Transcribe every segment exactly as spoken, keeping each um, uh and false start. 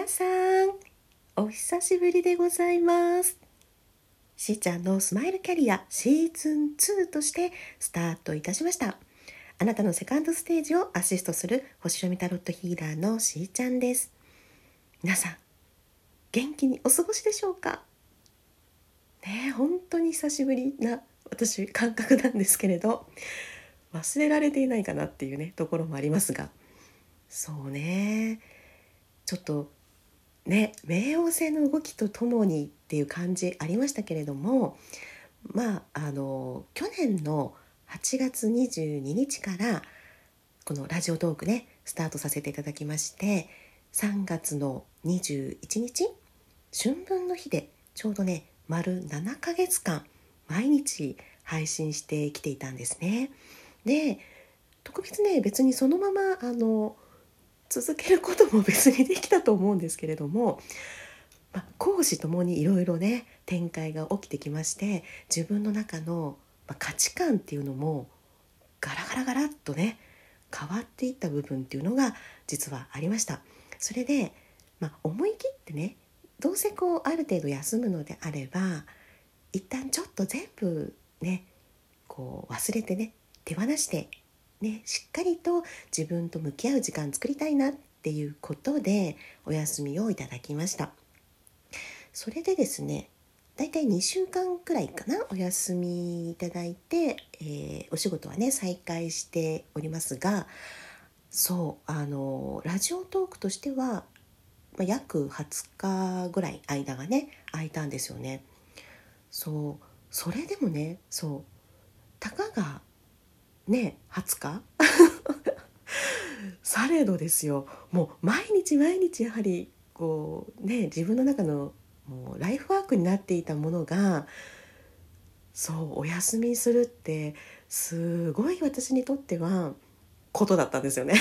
皆さんお久しぶりでございます。しーちゃんのスマイルキャリアシーズンツーとしてスタートいたしました。あなたのセカンドステージをアシストする星読みタロットヒーラーのしーちゃんです。皆さん元気にお過ごしでしょうかね。本当に久しぶりな私感覚なんですけれど、忘れられていないかなっていうねところもありますが、そうねちょっとね冥王星の動きとともにっていう感じありましたけれども、まああの去年のはちがつにじゅうににちからこのラジオトークねスタートさせていただきまして、さんがつのにじゅういちにち春分の日でちょうどね丸ななかげつかん毎日配信してきていたんですね。で特別ね別にそのままあの続けることも別にできたと思うんですけれども、まあ、公私ともにいろいろね展開が起きてきまして、自分の中の、まあ、価値観っていうのもガラガラガラっとね変わっていった部分っていうのが実はありました。それで、まあ、思い切ってねどうせこうある程度休むのであれば一旦ちょっと全部ねこう忘れてね手放してね、しっかりと自分と向き合う時間作りたいなっていうことでお休みをいただきました。それでですねだいたいにしゅうかんくらいかなお休みいただいて、えー、お仕事はね再開しておりますが、そうあのラジオトークとしては、まあ、約はつかぐらい間がね空いたんですよね。そうそれでもねそうたかがねはつかされどですよ、もう毎日毎日やはりこうね自分の中のもうライフワークになっていたものがそうお休みするってすごい私にとってはことだったんですよね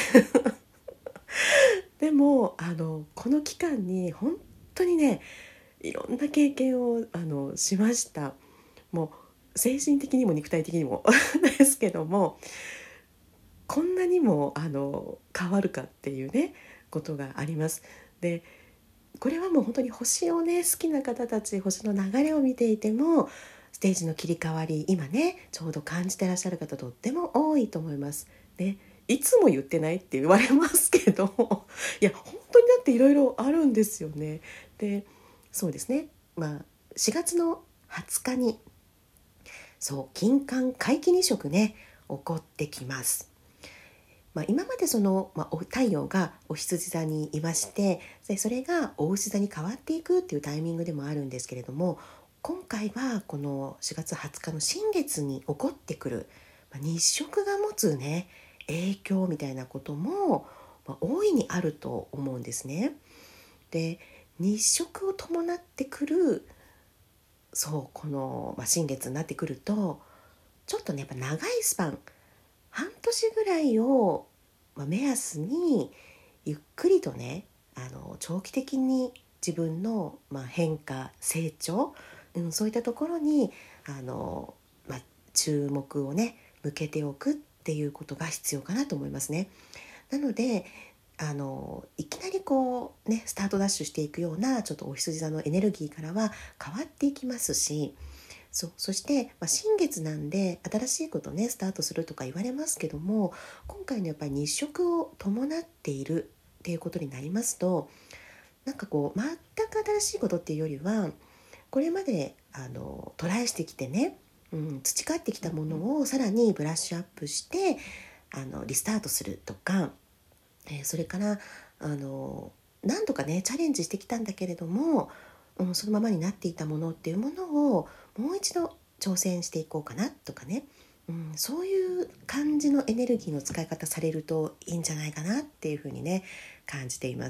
でもあのこの期間に本当にねいろんな経験をあのしました。もう精神的にも肉体的にもですけども、こんなにもあの変わるかっていうねことがあります。でこれはもう本当に星をね好きな方たち、星の流れを見ていてもステージの切り替わり今ねちょうど感じてらっしゃる方とっても多いと思います。でいつも言ってないって言われますけどいや本当にだっていろいろあるんですよね。でそうですね、まあ、しがつのはつかにそう金環皆既日食ね起こってきます。まあ、今までその、まあ、太陽がお羊座にいまして、でそれがお牛座に変わっていくっていうタイミングでもあるんですけれども、今回はこのしがつはつかの新月に起こってくる、まあ、日食が持つね影響みたいなことも、まあ、大いにあると思うんですね。で日食を伴ってくるそうこの、まあ、新月になってくるとちょっとねやっぱ長いスパン半年ぐらいを目安にゆっくりとねあの長期的に自分の、まあ、変化成長、うん、そういったところにあの、まあ、注目をね向けておくっていうことが必要かなと思いますね。なのであのいきなりこうねスタートダッシュしていくようなちょっとお羊座のエネルギーからは変わっていきますし、そうそして、まあ、新月なんで新しいことねスタートするとか言われますけども、今回のやっぱり日食を伴っているっていうことになりますと、なんかこう全く新しいことっていうよりはこれまであのトライしてきてね、うん、培ってきたものをさらにブラッシュアップしてあのリスタートするとか、えーそれからあの何度かねチャレンジしてきたんだけれども、うん、そのままになっていたものっていうものをもう一度挑戦していこうかなとかね、うん、そういう感じのエネルギーの使い方されるといいんじゃないかなっていうふうにね感じています。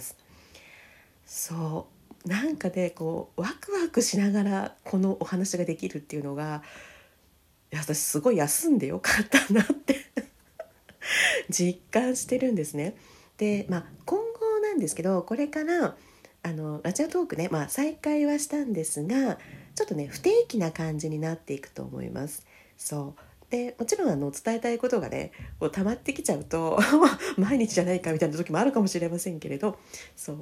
そうなんかねこうワクワクしながらこのお話ができるっていうのが、いや私すごい休んでよかったなって実感してるんですね。で、まあ、今後なんですけどこれからあのラジオトークね、まあ、再開はしたんですがちょっとね不定期な感じになっていくと思います。そうでもちろんあの伝えたいことがねこう溜まってきちゃうと毎日じゃないかみたいな時もあるかもしれませんけれど、そう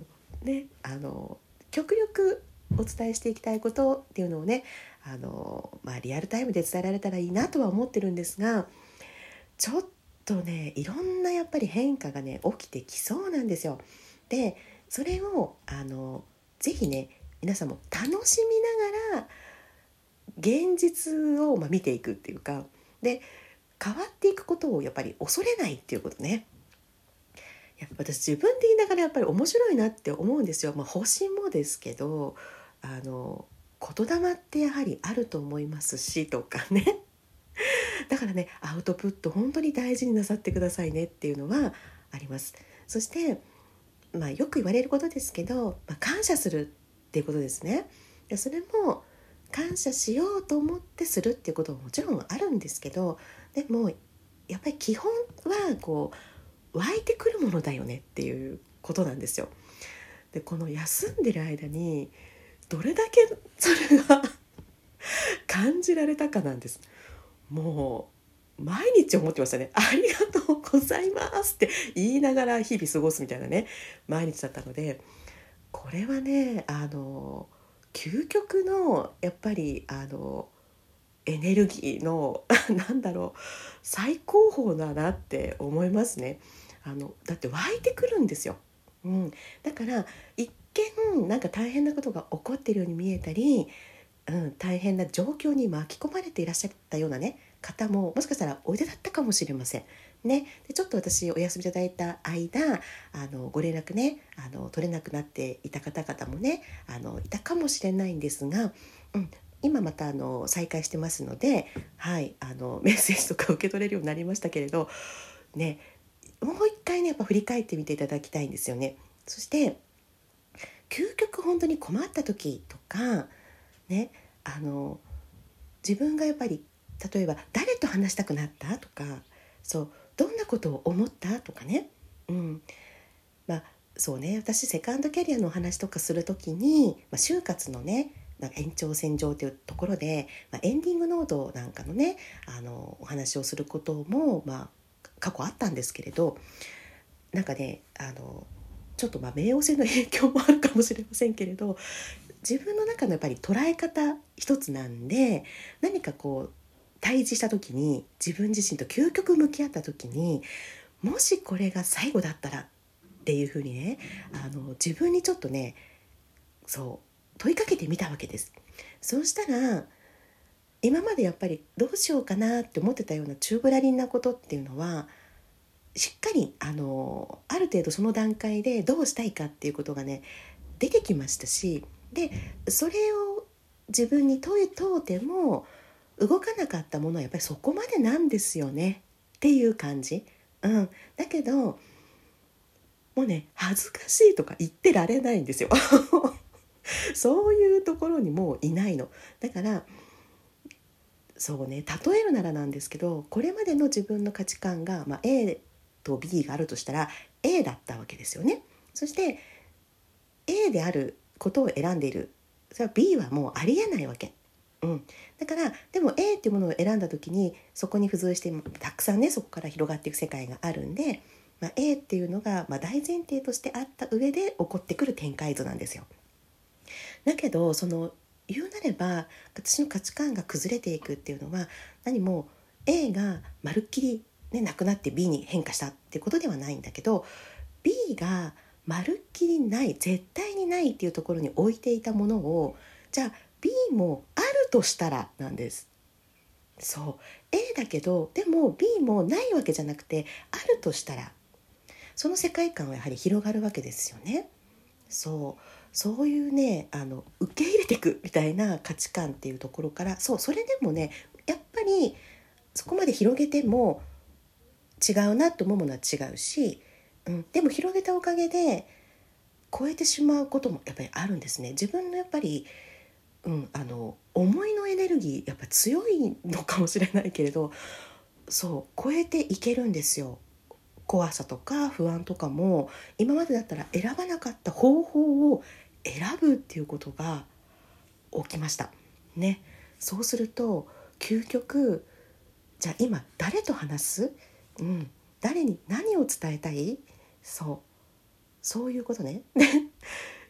ね、あの極力お伝えしていきたいことっていうのをね、あの、まあ、リアルタイムで伝えられたらいいなとは思ってるんですが、ちょっとねいろんなやっぱり変化がね起きてきそうなんですよ。でそれをあのぜひね皆さんも楽しみながら現実をまあ見ていくっていうか、で変わっていくことをやっぱり恐れないっていうことね。やっぱ私自分で言いながらやっぱり面白いなって思うんですよ。まあ、星もですけど、あの言霊ってやはりあると思いますしとかね。だからねアウトプット本当に大事になさってくださいねっていうのはあります。そして、まあ、よく言われることですけど、まあ、感謝するっていうことですね。でそれも感謝しようと思ってするっていうことももちろんあるんですけど、でもやっぱり基本はこう湧いてくるものだよねっていうことなんですよ。でこの休んでる間にどれだけそれが感じられたかなんです。もう毎日思ってましたね。ありがとうございますって言いながら日々過ごすみたいなね毎日だったので、これはねあの究極のやっぱりあのエネルギーのなんだろう最高峰だなって思いますね。あのだって湧いてくるんですよ。うん、だから一見なんか大変なことが起こっているように見えたり、うん、大変な状況に巻き込まれていらっしゃったようなね方ももしかしたらおいでだったかもしれませんね。でちょっと私お休みいただいた間あのご連絡ねあの取れなくなっていた方々もねあのいたかもしれないんですが、うん、今またあの再開してますので、はい、あのメッセージとか受け取れるようになりましたけれどね、もう一回ねやっぱ振り返ってみていただきたいんですよね。そして究極本当に困った時とかね、あの自分がやっぱり例えば誰と話したくなったとか、そうどんなことを思ったとかね、うん、まあそうね私セカンドキャリアのお話とかするときに、まあ、就活のねなんか延長線上というところで、まあ、エンディングノードなんかのねあのお話をすることも、まあ、過去あったんですけれど、なんかねあのちょっとまあ冥王星の影響もあるかもしれませんけれど、自分の中のやっぱり捉え方一つなんで、何かこう対峙した時に自分自身と究極向き合った時にもしこれが最後だったらっていうふうにねあの自分にちょっとねそう問いかけてみたわけです。そうしたら今までやっぱりどうしようかなって思ってたような宙ぶらりんなことっていうのはしっかりあのある程度その段階でどうしたいかっていうことがね出てきましたし、でそれを自分に問い問うても動かなかったものはやっぱりそこまでなんですよねっていう感じ、うん、だけどもうね恥ずかしいとか言ってられないんですよそういうところにもういないの。だからそうね例えるならなんですけど、これまでの自分の価値観が、まあ、A と ビー があるとしたら エー だったわけですよね。そして エー であることを選んでいる、それは ビー はもうありえないわけ、うん、だからでも エー っていうものを選んだ時にそこに付随してたくさんねそこから広がっていく世界があるんで、まあ、エー っていうのがまあ大前提としてあった上で起こってくる展開図なんですよ。だけどその言うなれば私の価値観が崩れていくっていうのは何も エー がまるっきり、ね、なくなって ビー に変化したっていうことではないんだけど、 ビー がまるっきりない絶対にないっていうところに置いていたものをじゃあ ビー もあるとしたらなんです。そう エー だけどでも ビー もないわけじゃなくてあるとしたらその世界観はやはり広がるわけですよね。そうそういうねあの受け入れていくみたいな価値観っていうところから、そうそれでもねやっぱりそこまで広げても違うなと思うものは違うし、うん、でも広げたおかげで超えてしまうこともやっぱりあるんですね。自分のやっぱり、うん、あの思いのエネルギーやっぱ強いのかもしれないけれど、そう超えていけるんですよ。怖さとか不安とかも今までだったら選ばなかった方法を選ぶっていうことが起きましたね。そうすると究極じゃあ今誰と話す、うん、誰に何を伝えたい、そうそういうことね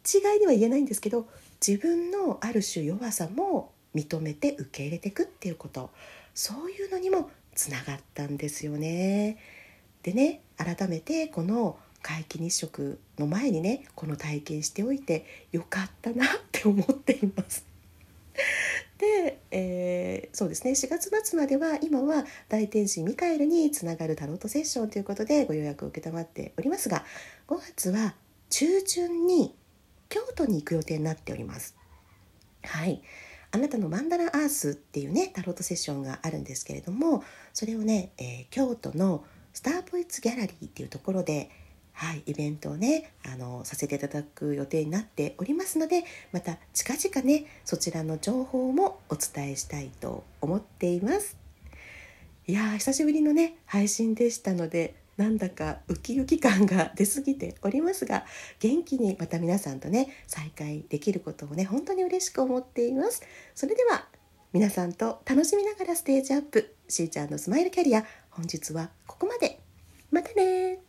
一概には言えないんですけど、自分のある種弱さも認めて受け入れていくっていうこと、そういうのにもつながったんですよね。でね、改めてこの皆既日食の前にね、この体験しておいてよかったなって思っています。で、えー、そうですね、しがつ末までは今は大天使ミカエルにつながるタロットセッションということでご予約を承っておりますが、ごがつは中旬に京都に行く予定になっております。はい、あなたのマンダラアースっていうねタロットセッションがあるんですけれども、それをね、えー、京都のスターポイツギャラリーっていうところで、はい、イベントをねあのさせていただく予定になっておりますので、また近々ねそちらの情報もお伝えしたいと思っています。いやー、久しぶりのね配信でしたので、なんだかウキウキ感が出過ぎておりますが、元気にまた皆さんとね再会できることをね本当に嬉しく思っています。それでは皆さんと楽しみながらステージアップ、しーちゃんのスマイルキャリア、本日はここまで。またね。